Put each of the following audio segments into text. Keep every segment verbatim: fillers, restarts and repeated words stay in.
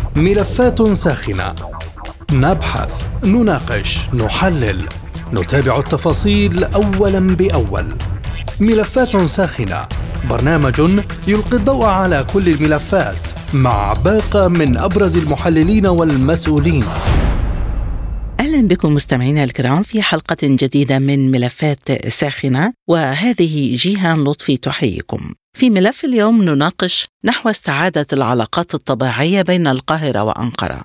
ملفات ساخنة، نبحث، نناقش، نحلل، نتابع التفاصيل أولاً بأول. ملفات ساخنة، برنامج يلقي الضوء على كل الملفات مع باقة من أبرز المحللين والمسؤولين. أهلا بكم مستمعينا الكرام في حلقة جديدة من ملفات ساخنة، وهذه جيهان لطفي تحييكم. في ملف اليوم نناقش نحو استعادة العلاقات الطبيعية بين القاهرة وأنقرة.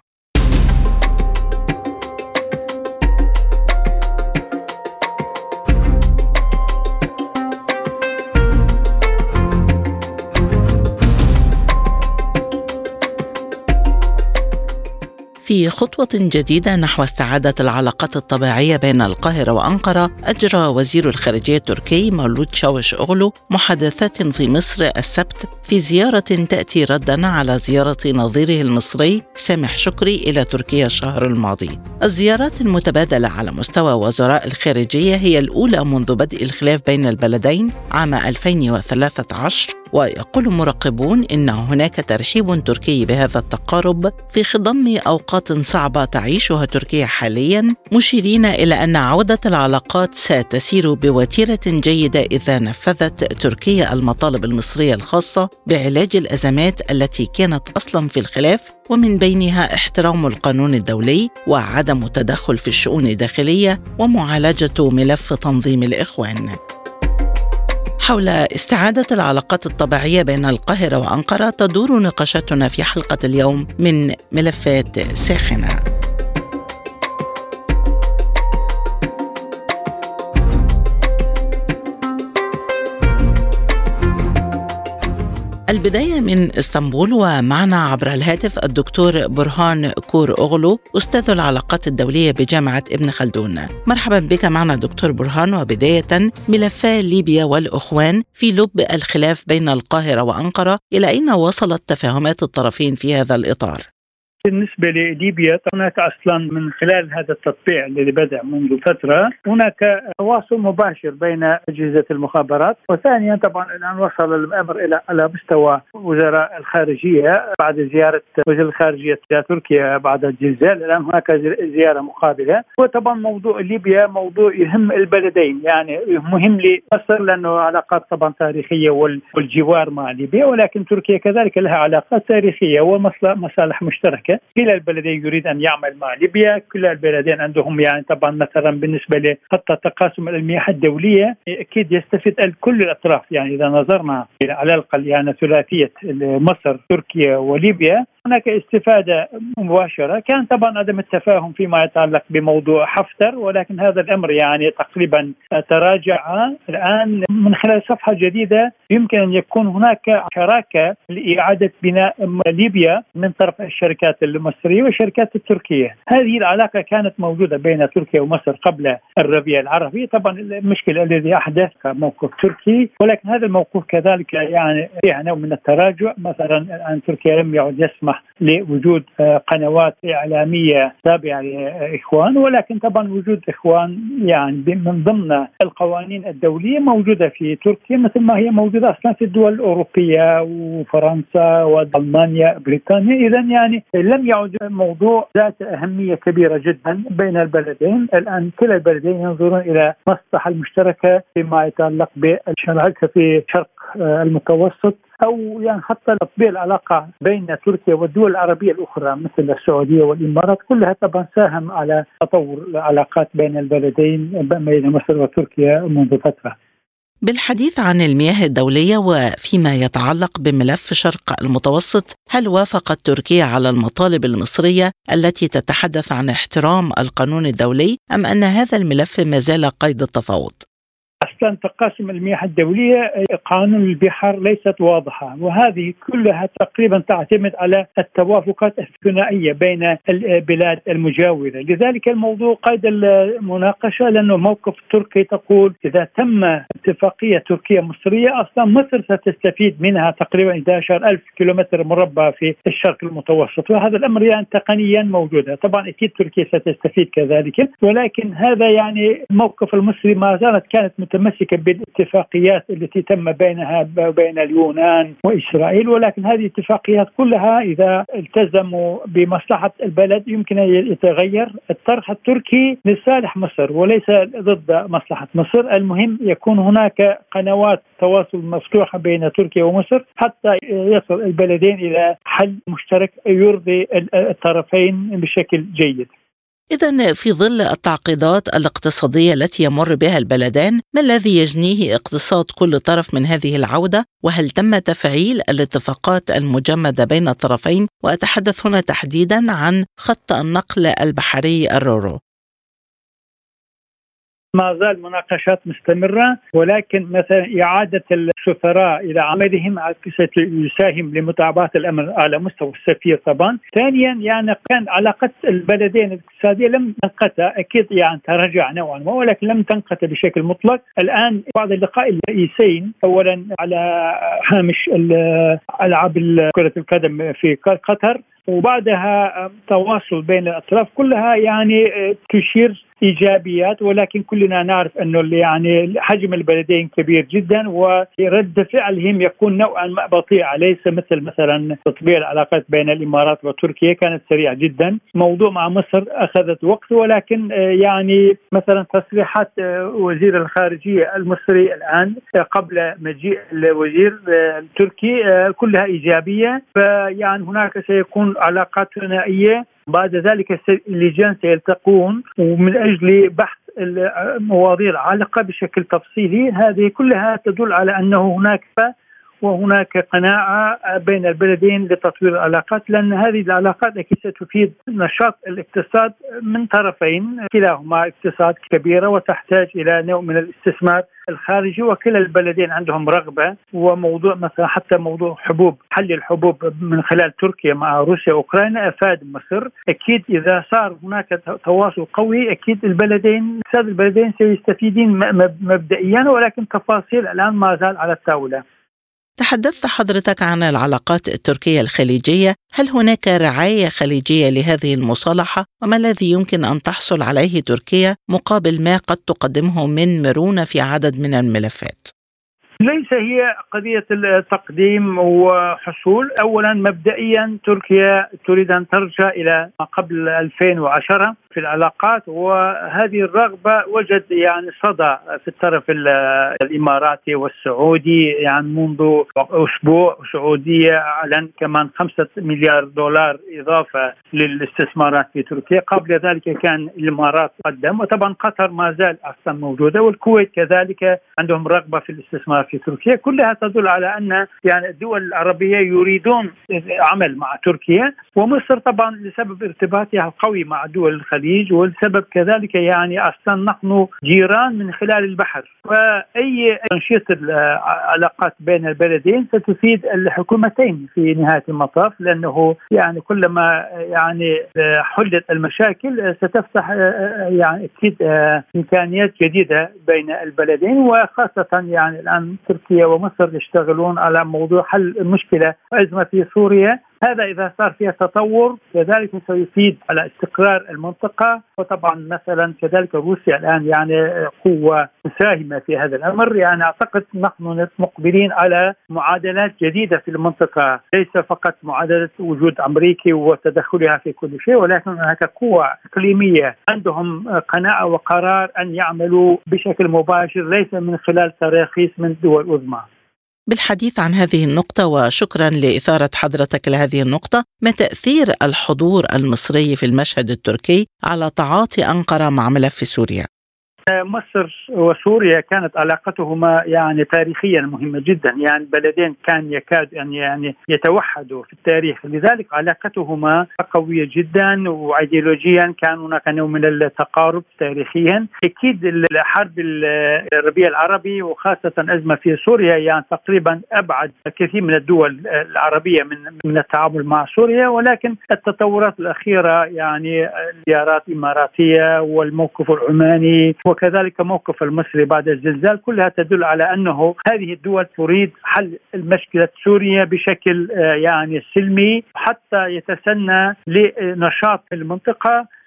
في خطوة جديدة نحو استعادة العلاقات الطبيعية بين القاهرة وأنقرة، أجرى وزير الخارجية التركي مولود شاوش أغلو محادثات في مصر السبت في زيارة تأتي رداً على زيارة نظيره المصري سامح شكري إلى تركيا الشهر الماضي. الزيارات المتبادلة على مستوى وزراء الخارجية هي الأولى منذ بدء الخلاف بين البلدين عام ألفين وثلاثة عشر، ويقول مراقبون إن هناك ترحيب تركي بهذا التقارب في خضم أوقات صعبة تعيشها تركيا حالياً، مشيرين إلى أن عودة العلاقات ستسير بوتيرة جيدة إذا نفذت تركيا المطالب المصرية الخاصة بعلاج الأزمات التي كانت أصلاً في الخلاف، ومن بينها احترام القانون الدولي وعدم التدخل في الشؤون الداخلية ومعالجة ملف تنظيم الإخوان. حول استعادة العلاقات الطبيعية بين القاهرة وأنقرة تدور نقاشاتنا في حلقة اليوم من ملفات ساخنة. البداية من اسطنبول، ومعنا عبر الهاتف الدكتور برهان كور أغلو أستاذ العلاقات الدولية بجامعة ابن خلدون. مرحبا بك معنا دكتور برهان. وبداية، ملفا ليبيا والأخوان في لب الخلاف بين القاهرة وأنقرة، إلى أين وصلت تفاهمات الطرفين في هذا الإطار؟ بالنسبة لليبيا هناك أصلا من خلال هذا التطبيع الذي بدأ منذ فترة هناك تواصل مباشر بين أجهزة المخابرات، وثانيا طبعا الآن وصل الأمر إلى على مستوى وزراء الخارجية بعد زيارة وزير الخارجية إلى تركيا بعد الزلزال. الآن هناك زيارة مقابلة. وطبعا موضوع ليبيا موضوع يهم البلدين، يعني مهم لمصر لأنه علاقات طبعا تاريخية والجوار مع ليبيا، ولكن تركيا كذلك لها علاقات تاريخية ومصالح مشتركة. كلا البلدين يريد أن يعمل مع ليبيا، كلا البلدين عندهم يعني طبعا مثلا بالنسبة لخط تقاسم المياه الدولية أكيد يستفيد كل الأطراف. يعني إذا نظرنا على الأقل يعني ثلاثية مصر تركيا وليبيا هناك استفادة مباشرة. كان طبعا عدم التفاهم فيما يتعلق بموضوع حفتر، ولكن هذا الأمر يعني تقريبا تراجع الآن من خلال صفحة جديدة. يمكن أن يكون هناك شراكة لإعادة بناء ليبيا من طرف الشركات المصرية والشركات التركية. هذه العلاقة كانت موجودة بين تركيا ومصر قبل الربيع العربي. طبعا المشكلة الذي أحدث موقف تركي، ولكن هذا الموقف كذلك يعني فيها نوع من التراجع. مثلا الآن تركيا لم يعد يسمح لوجود قنوات إعلامية تابعة لإخوان، ولكن طبعا وجود إخوان يعني من ضمن القوانين الدولية موجودة في تركيا مثل ما هي موجودة أصلا في الدول الأوروبية وفرنسا وألمانيا بريطانيا. إذن يعني لم يعد موضوع ذات أهمية كبيرة جدا بين البلدين. الآن كلا البلدين ينظرون إلى مصلحة المشتركة فيما يتعلق بالشراكة في شرق المتوسط، أو يعني حتى تطبيع العلاقة بين تركيا والدول العربية الأخرى مثل السعودية والإمارات. كلها طبعا ساهم على تطور العلاقات بين البلدين بين مصر وتركيا منذ فترة. بالحديث عن المياه الدولية وفيما يتعلق بملف شرق المتوسط، هل وافقت تركيا على المطالب المصرية التي تتحدث عن احترام القانون الدولي، أم أن هذا الملف ما زال قيد التفاوض؟ أصلا تقاسم المياه الدولية قانون البحار ليست واضحة، وهذه كلها تقريبا تعتمد على التوافقات الثنائية بين البلاد المجاورة. لذلك الموضوع قيد المناقشة، لأنه موقف تركي تقول إذا تم اتفاقية تركيا مصرية أصلا مصر ستستفيد منها تقريبا أحد عشر ألف كيلومتر مربع في الشرق المتوسط، وهذا الأمر يعني تقنيا موجود. طبعا أكيد تركيا ستستفيد كذلك، ولكن هذا يعني الموقف المصري ما زالت كانت متمسكة متمسكة بالاتفاقيات التي تم بينها وبين اليونان وإسرائيل، ولكن هذه الاتفاقيات كلها إذا التزموا بمصلحة البلد يمكن أن يتغير الطرح التركي لصالح مصر وليس ضد مصلحة مصر. المهم يكون هناك قنوات تواصل مفتوحة بين تركيا ومصر حتى يصل البلدين إلى حل مشترك يرضي الطرفين بشكل جيد. إذن في ظل التعقيدات الاقتصادية التي يمر بها البلدان، ما الذي يجنيه اقتصاد كل طرف من هذه العودة؟ وهل تم تفعيل الاتفاقات المجمدة بين الطرفين؟ وأتحدث هنا تحديدا عن خط النقل البحري الرورو. ما زال مناقشات مستمرة، ولكن مثلا إعادة السفراء إلى عملهم يساهم لمتابعة الأمر على مستوى السفير طبعا. ثانيا يعني كان علاقة البلدين الاقتصادية لم تنقطع، أكيد يعني تراجع نوعا ما ولكن لم تنقطع بشكل مطلق. الآن بعد اللقاء الرئيسين أولا على هامش ألعاب كرة القدم في قطر وبعدها تواصل بين الأطراف كلها يعني تشير إيجابيات، ولكن كلنا نعرف أنه يعني حجم البلدين كبير جدا ورد فعلهم يكون نوعا ما بطيء، ليس مثل مثلا تطبيع العلاقات بين الإمارات وتركيا كانت سريعة جدا. موضوع مع مصر أخذت وقت، ولكن يعني مثلا تصريحات وزير الخارجية المصري الآن قبل مجيء الوزير التركي كلها إيجابية، فيعني هناك سيكون علاقات ثنائية. بعد ذلك اللجان سيلتقون ومن أجل بحث المواضيع العالقة بشكل تفصيلي. هذه كلها تدل على أنه هناك وهناك قناعة بين البلدين لتطوير العلاقات، لأن هذه العلاقات أكيد ستفيد نشاط الاقتصاد من طرفين، كلاهما اقتصاد كبيرة وتحتاج إلى نوع من الاستثمار الخارجي، وكلا البلدين عندهم رغبة. وموضوع مثلا حتى موضوع حبوب حل الحبوب من خلال تركيا مع روسيا وأوكرانيا أفاد مصر. أكيد إذا صار هناك تواصل قوي أكيد البلدين اقتصاد البلدين سيستفيدين مبدئيا، ولكن تفاصيل الآن ما زال على الطاولة. تحدثت حضرتك عن العلاقات التركية الخليجية، هل هناك رعاية خليجية لهذه المصالحة؟ وما الذي يمكن أن تحصل عليه تركيا مقابل ما قد تقدمه من مرونة في عدد من الملفات؟ ليس هي قضية التقديم وحصول. أولا مبدئيا تركيا تريد أن ترجع إلى ما قبل ألفين وعشرة في العلاقات، وهذه الرغبة وجد يعني صدى في الطرف الإماراتي والسعودي. يعني منذ أسبوع السعودية أعلن كمان خمسة مليار دولار إضافة للاستثمارات في تركيا. قبل ذلك كان الإمارات قدم، وطبعا قطر ما زال أصلا موجودة، والكويت كذلك عندهم رغبة في الاستثمار في تركيا. كلها تدل على أن يعني الدول العربية يريدون عمل مع تركيا، ومصر طبعا لسبب ارتباطها القوي مع دول الخليج، والسبب كذلك يعني أصلا نحن جيران من خلال البحر، فأي تنشيط العلاقات بين البلدين ستفيد الحكومتين في نهاية المطاف، لأنه يعني كلما يعني حلت المشاكل ستفتح يعني أكيد إمكانيات جديدة بين البلدين، وخاصة يعني الآن تركيا ومصر يشتغلون على موضوع حل المشكلة أزمة في سوريا. هذا إذا صار فيها تطور كذلك سيفيد على استقرار المنطقة. وطبعا مثلا كذلك روسيا الآن يعني قوة مساهمة في هذا الأمر. يعني أعتقد نحن مقبلين على معادلات جديدة في المنطقة، ليس فقط معادلة وجود أمريكي وتدخلها في كل شيء، ولكن هناك قوة إقليمية عندهم قناعة وقرار أن يعملوا بشكل مباشر ليس من خلال تراخيص من دول عظمى. بالحديث عن هذه النقطة وشكرا لإثارة حضرتك لهذه النقطة، ما تأثير الحضور المصري في المشهد التركي على تعاطي أنقرة مع ملف سوريا؟ مصر وسوريا كانت علاقتهما يعني تاريخيا مهمة جدا، يعني بلدين كان يكاد يعني يعني يتوحدوا في التاريخ، لذلك علاقتهما قوية جدا، وأيديولوجيا كان هناك نوع من التقارب تاريخيا. أكيد الحرب الربيع العربي وخاصة أزمة في سوريا يعني تقريبا أبعد كثير من الدول العربية من من التعامل مع سوريا، ولكن التطورات الأخيرة يعني زيارات إماراتية والموقف العماني وكذلك موقف المصري بعد الزلزال كلها تدل على أنه هذه الدول تريد حل المشكلة سوريا بشكل يعني سلمي حتى يتسنى لنشاط المنطقة.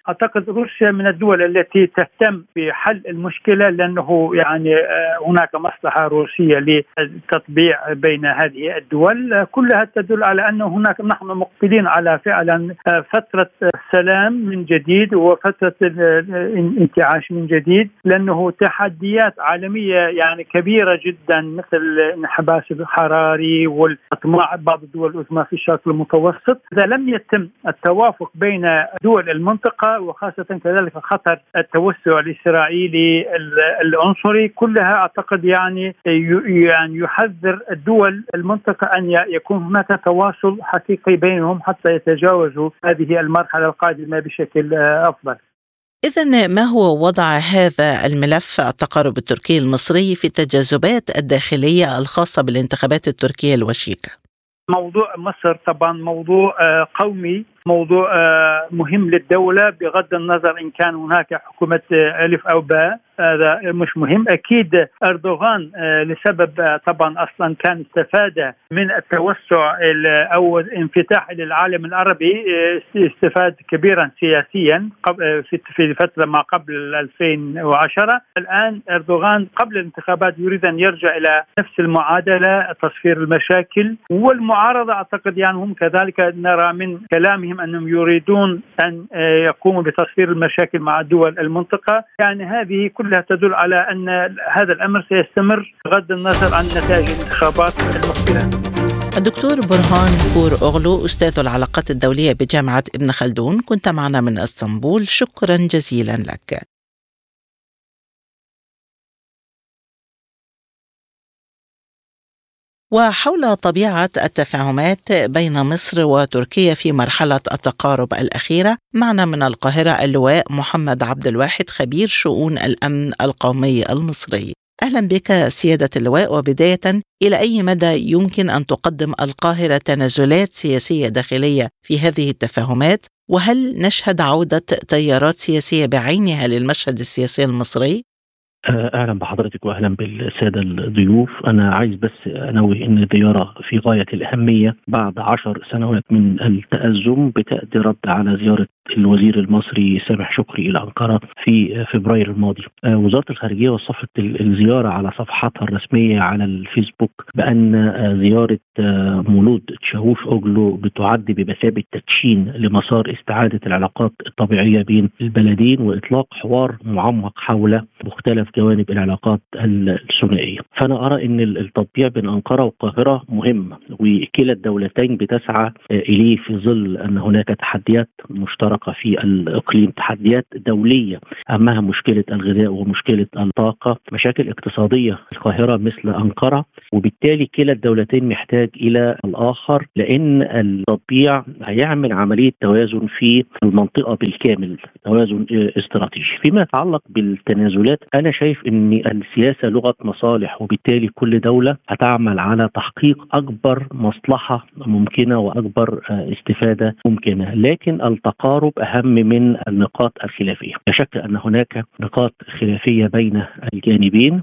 أعتقد روسيا من الدول التي تهتم بحل المشكلة، لأنه يعني هناك مصلحة روسية للتطبيع بين هذه الدول. كلها تدل على أن هناك نحن مقبلين على فعلا فترة سلام من جديد وفترة انتعاش من جديد، لأنه تحديات عالمية يعني كبيرة جدا مثل انحباس الحراري والأطماع بعض الدول العظمى في الشرق المتوسط. إذا لم يتم التوافق بين دول المنطقة وخاصة كذلك خطر التوسع الإسرائيلي العنصري، كلها أعتقد يعني يعني يحذر الدول المنطقة أن يكون هناك تواصل حقيقي بينهم حتى يتجاوزوا هذه المرحلة القادمة بشكل أفضل. إذن ما هو وضع هذا الملف التقارب التركي المصري في التجاذبات الداخلية الخاصة بالانتخابات التركية الوشيكة؟ موضوع مصر طبعا موضوع قومي، موضوع مهم للدولة بغض النظر إن كان هناك حكومة ألف أو باء، هذا مش مهم. أكيد أردوغان لسبب طبعا أصلا كان استفاد من التوسع أو انفتاح للعالم العربي، استفاد كبيرا سياسيا في الفترة ما قبل ألفين وعشرة. الآن أردوغان قبل الانتخابات يريد أن يرجع إلى نفس المعادلة، تصفير المشاكل. والمعارضة أعتقد يعني هم كذلك نرى من كلامهم أنهم يريدون أن يقوموا بتصفير المشاكل مع دول المنطقة. يعني هذه كلها تدل على أن هذا الأمر سيستمر بغض النظر عن نتائج الانتخابات المقبلة. الدكتور برهان كور أغلو، أستاذ العلاقات الدولية بجامعة ابن خلدون، كنت معنا من اسطنبول، شكرا جزيلا لك. وحول طبيعة التفاهمات بين مصر وتركيا في مرحلة التقارب الأخيرة، معنا من القاهرة اللواء محمد عبد الواحد، خبير شؤون الأمن القومي المصري. أهلا بك سيادة اللواء. وبداية، إلى أي مدى يمكن أن تقدم القاهرة تنازلات سياسية داخلية في هذه التفاهمات؟ وهل نشهد عودة تيارات سياسية بعينها للمشهد السياسي المصري؟ أهلا بحضرتك وأهلا بالسادة الضيوف. أنا عايز بس أنوه أن الزيارة في غاية الأهمية بعد عشر سنوات من التأزم بتأتي رد على زيارة الوزير المصري سامح شكري إلى أنقرة في فبراير الماضي. وزارة الخارجية وصفت الزيارة على صفحتها الرسمية على الفيسبوك بأن زيارة مولود تشاوش أوغلو بتعد بمثابة تدشين لمسار استعادة العلاقات الطبيعية بين البلدين وإطلاق حوار معمق حول مختلف جوانب العلاقات الثنائية. فأنا أرى أن التطبيع بين أنقرة والقاهرة مهم، وكلا الدولتين بتسعى إليه في ظل أن هناك تحديات مشتركة في الإقليم، تحديات دولية أهمها مشكلة الغذاء ومشكلة الطاقة، مشاكل اقتصادية القاهرة مثل أنقرة، وبالتالي كلا الدولتين محتاج إلى الآخر، لأن التطبيع هيعمل عملية توازن في المنطقة بالكامل، توازن استراتيجي. فيما يتعلق بالتنازلات، أنا شايف أن السياسة لغة مصالح، وبالتالي كل دولة هتعمل على تحقيق أكبر مصلحة ممكنة وأكبر استفادة ممكنة، لكن التقارب أهم من النقاط الخلافية. لا شك أن هناك نقاط خلافية بين الجانبين،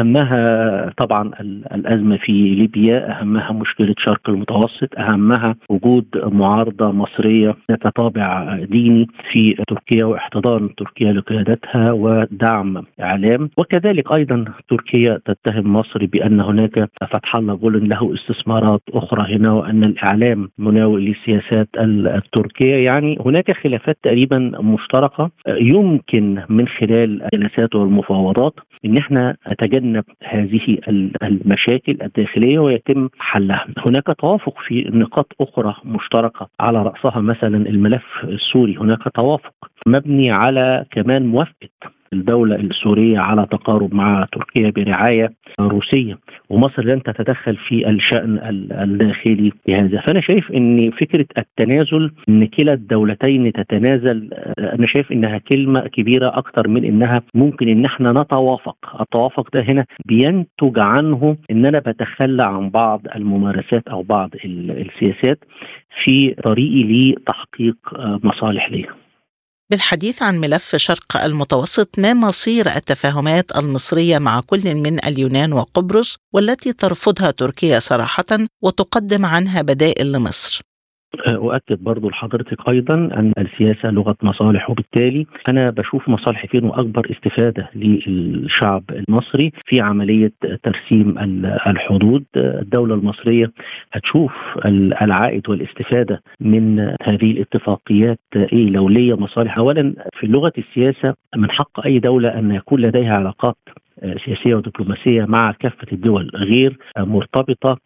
أهمها طبعا الأزمة في ليبيا، أهمها مشكلة شرق المتوسط، أهمها وجود معارضة مصرية ذات طابع ديني في تركيا واحتضان تركيا لقيادتها ودعم إعلام، وكذلك أيضا تركيا تتهم مصر بأن هناك فتح الله جولن له استثمارات أخرى هنا، وأن الإعلام مناوئ للسياسات التركية. يعني هناك خلافات تقريبا مشتركة يمكن من خلال الجلسات والمفاوضات ان احنا نتجنب هذه المشاكل الداخلية ويتم حلها. هناك توافق في نقاط اخرى مشتركة، على رأسها مثلا الملف السوري. هناك توافق مبني على كمان موافقة الدولة السورية على تقارب مع تركيا برعاية روسية، ومصر لن تتدخل في الشأن الداخلي لهذا. فأنا شايف أن فكرة التنازل، أن كلا الدولتين تتنازل، أنا شايف أنها كلمة كبيرة أكتر من أنها ممكن أن احنا نتوافق. التوافق ده هنا بينتج عنه أن أنا بتخلى عن بعض الممارسات أو بعض السياسات في طريقي لتحقيق مصالح ليها. بالحديث عن ملف شرق المتوسط، ما مصير التفاهمات المصرية مع كل من اليونان وقبرص والتي ترفضها تركيا صراحة وتقدم عنها بدائل لمصر؟ أؤكد برضو لحضرتك أيضا أن السياسة لغة مصالح، وبالتالي أنا بشوف مصالح فين وأكبر استفادة للشعب المصري في عملية ترسيم الحدود. الدولة المصرية هتشوف العائد والاستفادة من هذه الاتفاقيات إيه لو ليا مصالح. أولا في لغة السياسة من حق أي دولة أن يكون لديها علاقات سياسية ودبلوماسية مع كافة الدول غير مرتبطة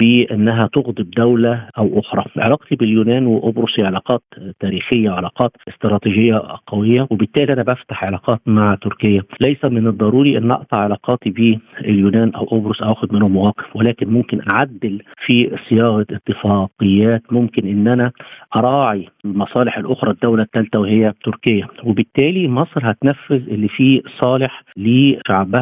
بأنها تغضب دولة أو أخرى. علاقتي باليونان وقبرص علاقات تاريخية وعلاقات استراتيجية قوية، وبالتالي أنا بفتح علاقات مع تركيا. ليس من الضروري أن أقطع علاقاتي باليونان أو قبرص أو أخذ منهم مواقف، ولكن ممكن أعدل في صياغة اتفاقيات، ممكن أن أنا أراعي المصالح الأخرى الدولة الثالثة وهي تركيا، وبالتالي مصر هتنفذ اللي فيه صالح لشعبها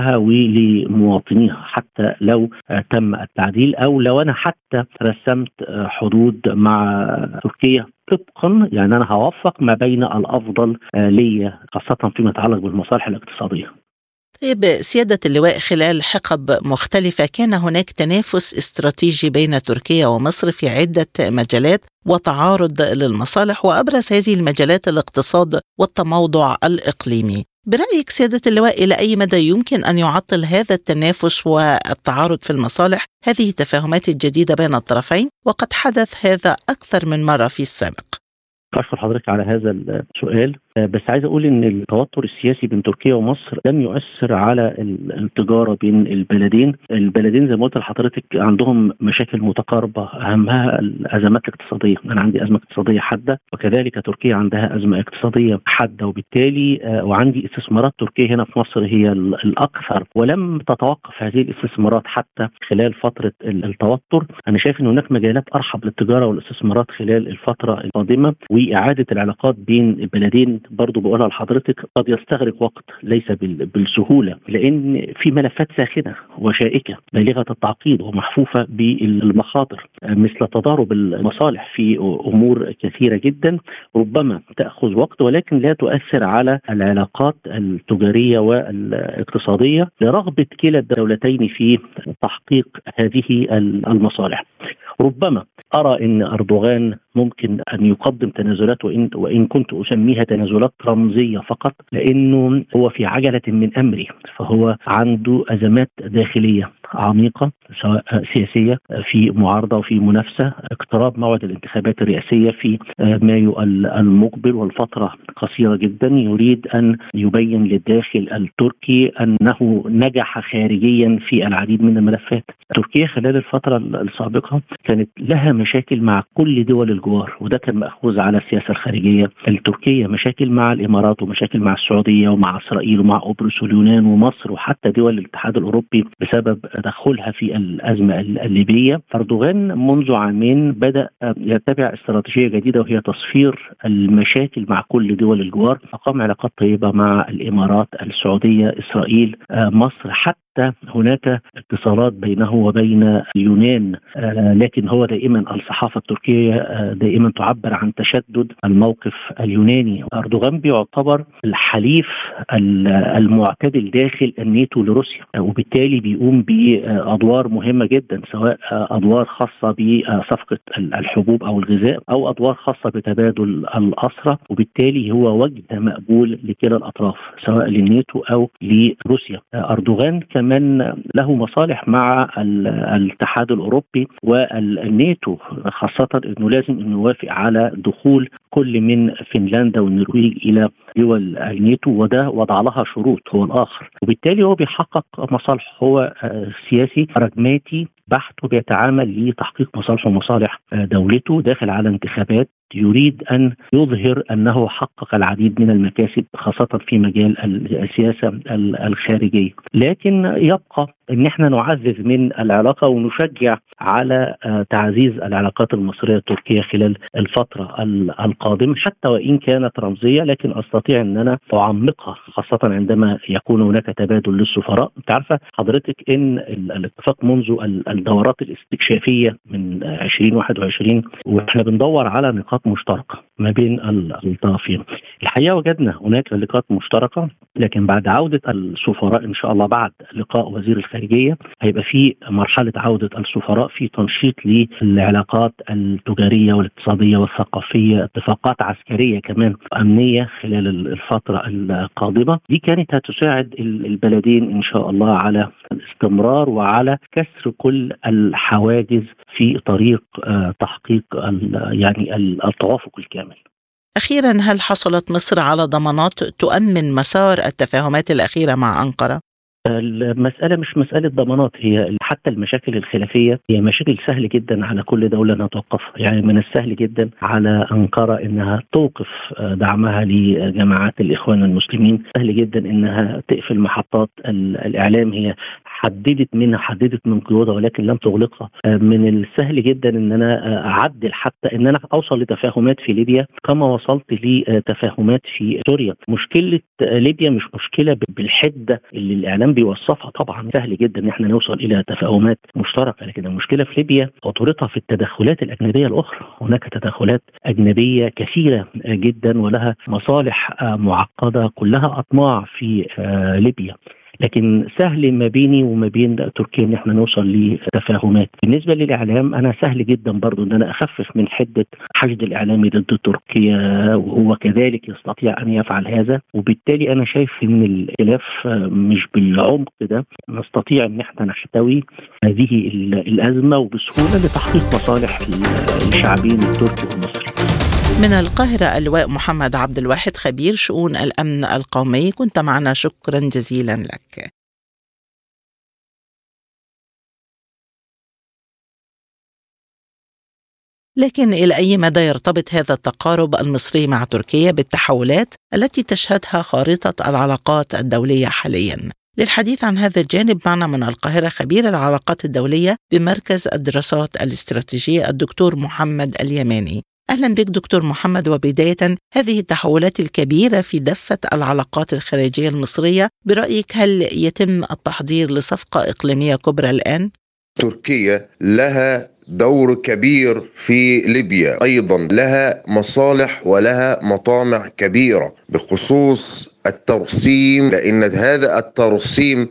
ولمواطنيها حتى لو تم التعديل أو لو أنا حتى رسمت حدود مع تركيا طبقا، يعني أنا هوفق ما بين الأفضل لي خاصة فيما يتعلق بالمصالح الاقتصادية. طيب سيادة اللواء، خلال حقب مختلفة كان هناك تنافس استراتيجي بين تركيا ومصر في عدة مجالات وتعارض للمصالح، وأبرز هذه المجالات الاقتصاد والتموضع الإقليمي. برأيك سيادة اللواء إلى أي مدى يمكن أن يعطل هذا التنافس والتعارض في المصالح هذه التفاهمات الجديدة بين الطرفين، وقد حدث هذا أكثر من مرة في السابق؟ أشكر حضرتك على هذا السؤال، بس عايز أقول إن التوتر السياسي بين تركيا ومصر لم يؤثر على التجارة بين البلدين. البلدين زي ما قلت لحضرتك عندهم مشاكل متقاربة، أهمها الأزمات الاقتصادية. أنا عندي أزمة اقتصادية حادة، وكذلك تركيا عندها أزمة اقتصادية حادة، وبالتالي وعندي استثمارات تركيا هنا في مصر هي الأكثر، ولم تتوقف هذه الاستثمارات حتى خلال فترة التوتر. أنا شايف إن هناك مجالات أرحب للتجارة والاستثمارات خلال الفترة القادمة، وإعادة العلاقات بين البلدين برضو بقولها لحضرتك قد يستغرق وقت ليس بالسهولة، لأن في ملفات ساخنة وشائكة بالغة التعقيد ومحفوفة بالمخاطر، مثل تضارب المصالح في أمور كثيرة جدا ربما تأخذ وقت، ولكن لا تؤثر على العلاقات التجارية والاقتصادية لرغبة كلا الدولتين في تحقيق هذه المصالح. ربما أرى أن أردوغان ممكن أن يقدم تنازلات، وإن, وإن كنت أسميها تنازلات رمزية فقط، لأنه هو في عجلة من أمره، فهو عنده أزمات داخلية عميقة سواء سياسية في معارضة وفي منافسة، اقتراب موعد الانتخابات الرئاسية في مايو المقبل والفترة قصيرة جدا، يريد أن يبين للداخل التركي أنه نجح خارجيا في العديد من الملفات. تركيا خلال الفترة السابقة كانت لها مشاكل مع كل دول الجوار، وده كان مأخوذ على السياسة الخارجية التركية، مشاكل مع الإمارات ومشاكل مع السعودية ومع إسرائيل ومع قبرص واليونان ومصر وحتى دول الاتحاد الأوروبي بسبب تدخلها في الأزمة الليبية. أردوغان منذ عامين بدأ يتبع استراتيجية جديدة وهي تصفير المشاكل مع كل دول الجوار، أقام علاقات طيبة مع الإمارات، السعودية، إسرائيل، مصر، حتى هناك اتصالات بينه وبين اليونان، لكن هو دائما الصحافة التركية دائما تعبر عن تشدد الموقف اليوناني. أردوغان بيعتبر الحليف المعتدل داخل الناتو لروسيا، وبالتالي بيقوم بأدوار مهمة جدا، سواء أدوار خاصة بصفقة الحبوب أو الغذاء أو أدوار خاصة بتبادل الأسرى، وبالتالي هو وجه مقبول لكلا الأطراف سواء للناتو أو لروسيا. أردوغان كمان له مصالح مع الاتحاد الأوروبي والناتو، خاصة أنه لازم أن يوافق على دخول كل من فنلندا والنرويج إلى دول الناتو، وده وضع لها شروط هو الآخر، وبالتالي هو بيحقق مصالح. هو سياسي براغماتي بحت وبيتعامل لتحقيق مصالح ومصالح دولته داخل على انتخابات، يريد أن يظهر أنه حقق العديد من المكاسب خاصة في مجال السياسة الخارجية، لكن يبقى أن احنا نعزز من العلاقة ونشجع على تعزيز العلاقات المصرية التركية خلال الفترة القادمة، حتى وإن كانت رمزية لكن أستطيع أن أنا أعمقها خاصة عندما يكون هناك تبادل للسفراء. أنت عارفة حضرتك أن الاتفاق منذ الدورات الاستكشافية من عشرين واحد وعشرين وإحنا بندور على نقاط مشتركة، ما بين الطرفين. الحقيقة وجدنا هناك علاقات مشتركة، لكن بعد عودة السفراء إن شاء الله بعد لقاء وزير الخارجية هيبقى في مرحلة عودة السفراء في تنشيط للعلاقات التجارية والاقتصادية والثقافية، اتفاقات عسكرية كمان أمنية خلال الفترة القادمة. دي كانت هتساعد البلدين إن شاء الله على الاستمرار وعلى كسر كل الحواجز في طريق تحقيق يعني التوافق الكامل. أخيرا، هل حصلت مصر على ضمانات تؤمن مسار التفاهمات الأخيرة مع أنقرة؟ المسألة مش مسألة ضمانات، هي حتى المشاكل الخلافية هي مشاكل سهل جدا على كل دولة أنها توقفها. يعني من السهل جدا على أنقرة أنها توقف دعمها لجماعات الإخوان المسلمين، سهل جدا أنها تقفل محطات الإعلام هي حددت منها حددت من قيودها ولكن لم تغلقها. من السهل جدا ان انا اعدل حتى ان انا اوصل لتفاهمات في ليبيا كما وصلت لتفاهمات في سوريا. مشكله ليبيا مش مشكله بالحده اللي الاعلام بيوصفها، طبعا سهل جدا ان احنا نوصل الى تفاهمات مشتركه، لكن المشكله في ليبيا خطورتها في التدخلات الاجنبيه الاخرى. هناك تدخلات اجنبيه كثيره جدا ولها مصالح معقده كلها اطماع في ليبيا، لكن سهل ما بيني وما بين تركيا ان احنا نوصل لتفاهمات. بالنسبه للاعلام انا سهل جدا برضو ان انا اخفف من حده حشد الاعلامي ضد تركيا، وهو كذلك يستطيع ان يفعل هذا، وبالتالي انا شايف ان الاختلاف مش بالعمق ده نستطيع ان احنا نحتوي هذه الازمه وبسهوله لتحقيق مصالح الشعبين التركي والمصري. من القاهرة اللواء محمد عبد الواحد، خبير شؤون الأمن القومي، كنت معنا، شكرا جزيلا لك. لكن إلى أي مدى يرتبط هذا التقارب المصري مع تركيا بالتحولات التي تشهدها خارطة العلاقات الدولية حاليا؟ للحديث عن هذا الجانب معنا من القاهرة خبير العلاقات الدولية بمركز الدراسات الاستراتيجية الدكتور محمد اليماني. أهلا بك دكتور محمد. وبداية، هذه التحولات الكبيرة في دفة العلاقات الخارجية المصرية برأيك هل يتم التحضير لصفقة إقليمية كبرى الآن؟ تركيا لها دور كبير في ليبيا، أيضا لها مصالح ولها مطامع كبيرة بخصوص الترسيم، لأن هذا الترسيم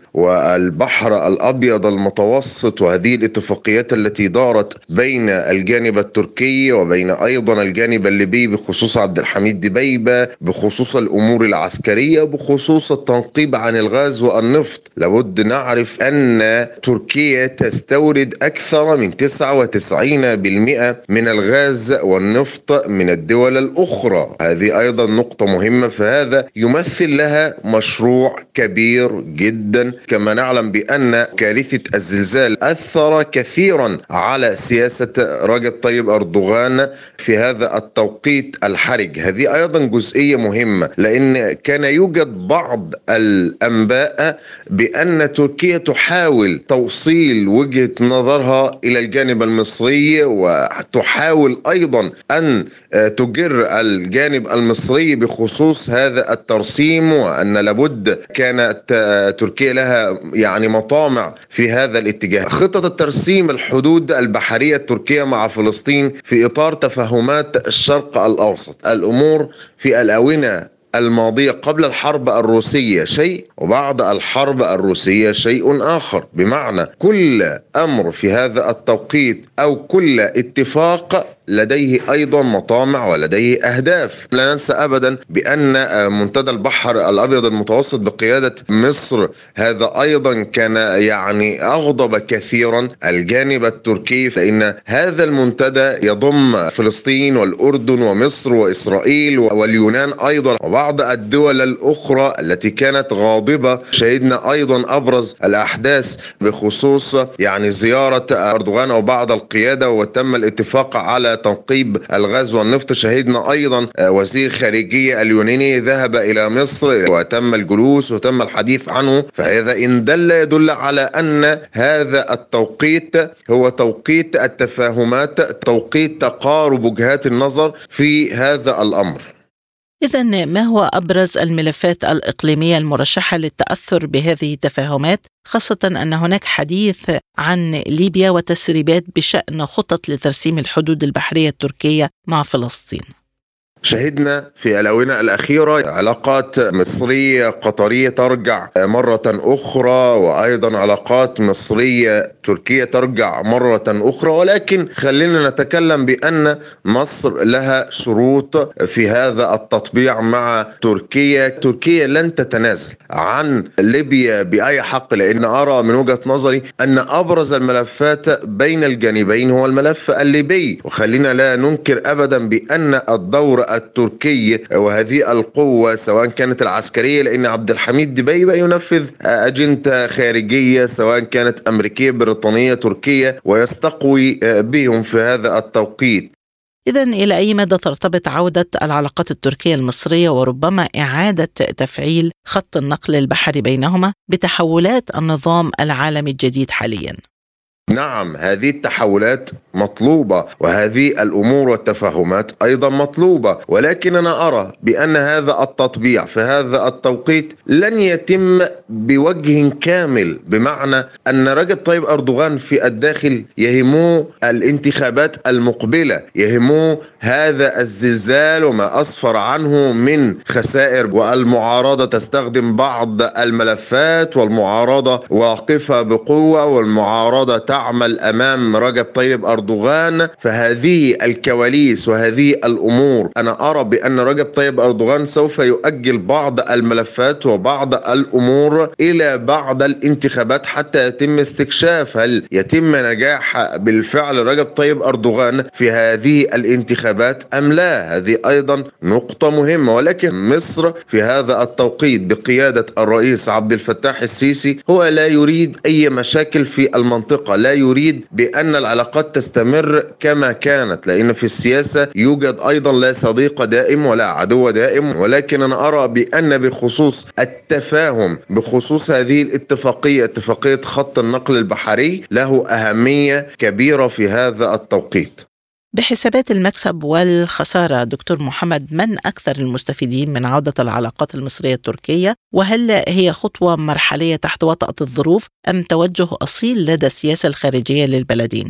والبحر الأبيض المتوسط وهذه الاتفاقيات التي دارت بين الجانب التركي وبين أيضا الجانب الليبي بخصوص عبد الحميد دبيبة، بخصوص الأمور العسكرية، بخصوص التنقيب عن الغاز والنفط. لابد نعرف أن تركيا تستورد أكثر من تسعة وتسعين بالمئة من الغاز والنفط من الدول الأخرى. هذه أيضا نقطة مهمة، فهذا يمثل لها مشروع كبير جدا. كما نعلم بأن كارثة الزلزال أثر كثيرا على سياسة رجب طيب أردوغان في هذا التوقيت الحرج. هذه أيضا جزئية مهمة، لأن كان يوجد بعض الأنباء بأن تركيا تحاول توصيل وجهة نظرها إلى الجانب المصري، وتحاول أيضا أن تجر الجانب المصري بخصوص هذا الترسيم، وأن لابد كانت تركيا لها يعني مطامع في هذا الاتجاه. خطة الترسيم الحدود البحرية التركية مع فلسطين في إطار تفاهمات الشرق الأوسط. الأمور في الآونة الماضية قبل الحرب الروسية شيء، وبعد الحرب الروسية شيء آخر، بمعنى كل أمر في هذا التوقيت أو كل اتفاق لديه أيضا مطامع ولديه أهداف. لا ننسى أبدا بأن منتدى البحر الأبيض المتوسط بقيادة مصر هذا أيضا كان يعني أغضب كثيرا الجانب التركي، فإن هذا المنتدى يضم فلسطين والأردن ومصر وإسرائيل واليونان أيضا وبعض الدول الأخرى التي كانت غاضبة. شهدنا أيضا أبرز الأحداث بخصوص يعني زيارة أردوغان أو بعض القيادة وتم الاتفاق على تنقيب الغاز والنفط. شهدنا أيضا وزير خارجية اليوناني ذهب إلى مصر وتم الجلوس وتم الحديث عنه. فهذا إن دل يدل على أن هذا التوقيت هو توقيت التفاهمات، توقيت تقارب وجهات النظر في هذا الأمر. إذن ما هو أبرز الملفات الإقليمية المرشحة للتأثر بهذه التفاهمات، خاصة أن هناك حديث عن ليبيا وتسريبات بشأن خطط لترسيم الحدود البحرية التركية مع فلسطين؟ شهدنا في الآونة الأخيرة علاقات مصرية قطرية ترجع مرة أخرى، وأيضا علاقات مصرية تركية ترجع مرة أخرى، ولكن خلينا نتكلم بأن مصر لها شروط في هذا التطبيع مع تركيا. تركيا لن تتنازل عن ليبيا بأي حق، لأن أرى من وجهة نظري أن أبرز الملفات بين الجانبين هو الملف الليبي، وخلينا لا ننكر أبدا بأن الدور التركي وهذه القوة سواء كانت العسكرية، لأن عبد الحميد دبيبة ينفذ أجندة خارجية سواء كانت أمريكية بريطانية تركية، ويستقوي بهم في هذا التوقيت. إذن إلى أي مدى ترتبط عودة العلاقات التركية المصرية وربما إعادة تفعيل خط النقل البحري بينهما بتحولات النظام العالمي الجديد حالياً؟ نعم، هذه التحولات مطلوبة، وهذه الأمور والتفاهمات أيضا مطلوبة، ولكن أنا أرى بأن هذا التطبيع في هذا التوقيت لن يتم بوجه كامل، بمعنى أن رجب طيب أردوغان في الداخل يهمه الانتخابات المقبلة، يهمه هذا الزلزال وما أسفر عنه من خسائر، والمعارضة تستخدم بعض الملفات، والمعارضة واقفة بقوة، والمعارضة تعمل أمام رجب طيب أردوغان. فهذه الكواليس وهذه الأمور أنا أرى بأن رجب طيب أردوغان سوف يؤجل بعض الملفات وبعض الأمور إلى بعد الانتخابات حتى يتم استكشاف هل يتم نجاح بالفعل رجب طيب أردوغان في هذه الانتخابات أم لا. هذه أيضا نقطة مهمة، ولكن مصر في هذا التوقيت بقيادة الرئيس عبد الفتاح السيسي هو لا يريد أي مشاكل في المنطقة، لا يريد بأن العلاقات تستمر كما كانت، لأن في السياسة يوجد أيضا لا صديق دائم ولا عدو دائم. ولكن أنا أرى بأن بخصوص التفاهم بخصوص هذه الاتفاقية، اتفاقية خط النقل البحري، له أهمية كبيرة في هذا التوقيت. بحسابات المكسب والخسارة دكتور محمد، من أكثر المستفيدين من عودة العلاقات المصرية التركية؟ وهل هي خطوة مرحلية تحت وطأة الظروف أم توجه أصيل لدى السياسة الخارجية للبلدين؟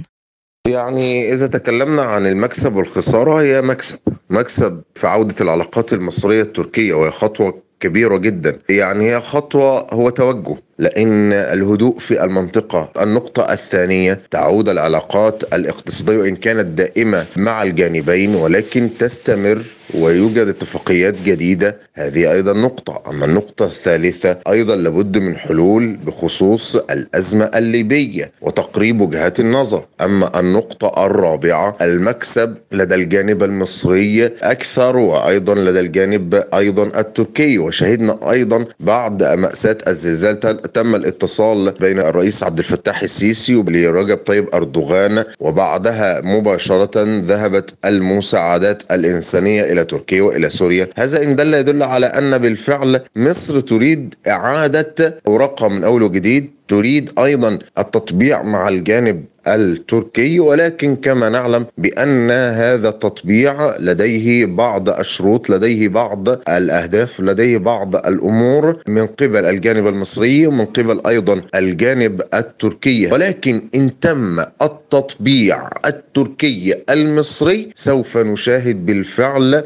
يعني إذا تكلمنا عن المكسب والخسارة، هي مكسب مكسب في عودة العلاقات المصرية التركية، وهي خطوة كبيرة جدا. يعني هي خطوة، هو توجه، لأن الهدوء في المنطقة. النقطة الثانية، تعود العلاقات الاقتصادية وإن كانت دائمة مع الجانبين ولكن تستمر ويوجد اتفاقيات جديدة، هذه أيضا نقطة. أما النقطة الثالثة، أيضا لابد من حلول بخصوص الأزمة الليبية وتقريب وجهات النظر. أما النقطة الرابعة، المكسب لدى الجانب المصري أكثر، وأيضا لدى الجانب أيضا التركي. وشهدنا أيضا بعد مأساة الزلزال تم الاتصال بين الرئيس عبد الفتاح السيسي ورجب طيب أردوغان، وبعدها مباشرة ذهبت المساعدات الإنسانية إلى تركيا وإلى سوريا. هذا إن دل يدل على أن بالفعل مصر تريد إعادة أوراقها من أول وجديد، تريد أيضا التطبيع مع الجانب التركي، ولكن كما نعلم بأن هذا التطبيع لديه بعض الشروط، لديه بعض الأهداف، لديه بعض الأمور من قبل الجانب المصري ومن قبل أيضا الجانب التركي. ولكن إن تم التطبيع التركي المصري سوف نشاهد بالفعل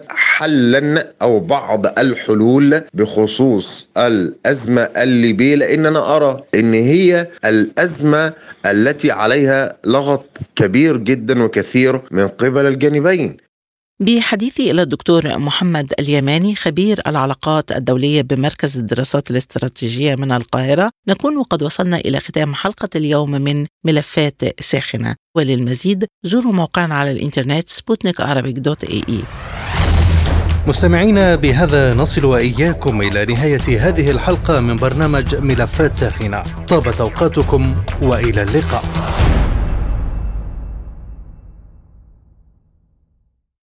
حلا أو بعض الحلول بخصوص الأزمة الليبية، لأننا أرى أن هي الأزمة التي عليها لغط كبير جدا وكثير من قبل الجانبين. بحديثي إلى الدكتور محمد اليماني خبير العلاقات الدولية بمركز الدراسات الاستراتيجية من القاهرة، نكون قد وصلنا إلى ختام حلقة اليوم من ملفات ساخنة. وللمزيد زوروا موقعنا على الإنترنت سبوتنيك عربيك دوت اي اي. مستمعينا، بهذا نصل وإياكم إلى نهاية هذه الحلقة من برنامج ملفات ساخنة. طابت أوقاتكم وإلى اللقاء.